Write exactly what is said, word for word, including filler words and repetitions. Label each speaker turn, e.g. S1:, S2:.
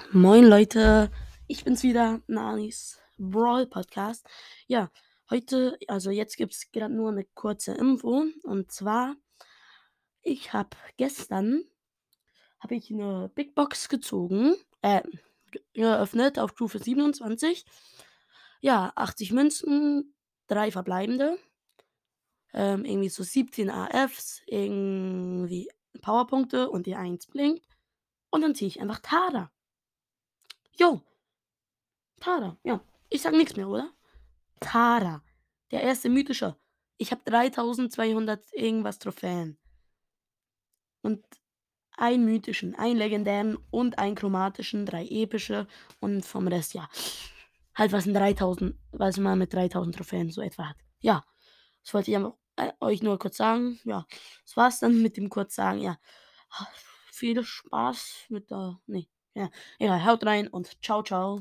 S1: Moin Leute, ich bin's wieder, Nanis Brawl Podcast. Ja, heute, also jetzt gibt's gerade nur eine kurze Info. Und zwar, ich habe gestern, habe ich eine Big Box gezogen, äh, ge- geöffnet auf Stufe siebenundzwanzig. Ja, achtzig Münzen, drei verbleibende, ähm, irgendwie so siebzehn A Fs, irgendwie Powerpunkte und die eins blinkt. Und dann ziehe ich einfach Tara. Jo, Tara, ja. Ich sag nichts mehr, oder? Tara, der erste mythische. Ich habe dreitausendzweihundert irgendwas Trophäen und einen mythischen, einen legendären und einen chromatischen, drei epische und vom Rest, ja, halt was in dreitausend, was man mit dreitausend Trophäen so etwa hat. Ja, das wollte ich einfach, äh, euch nur kurz sagen. Ja, das war's dann mit dem kurz sagen. Ja, viel Spaß mit der, nee, ja, egal, haut rein und ciao, ciao.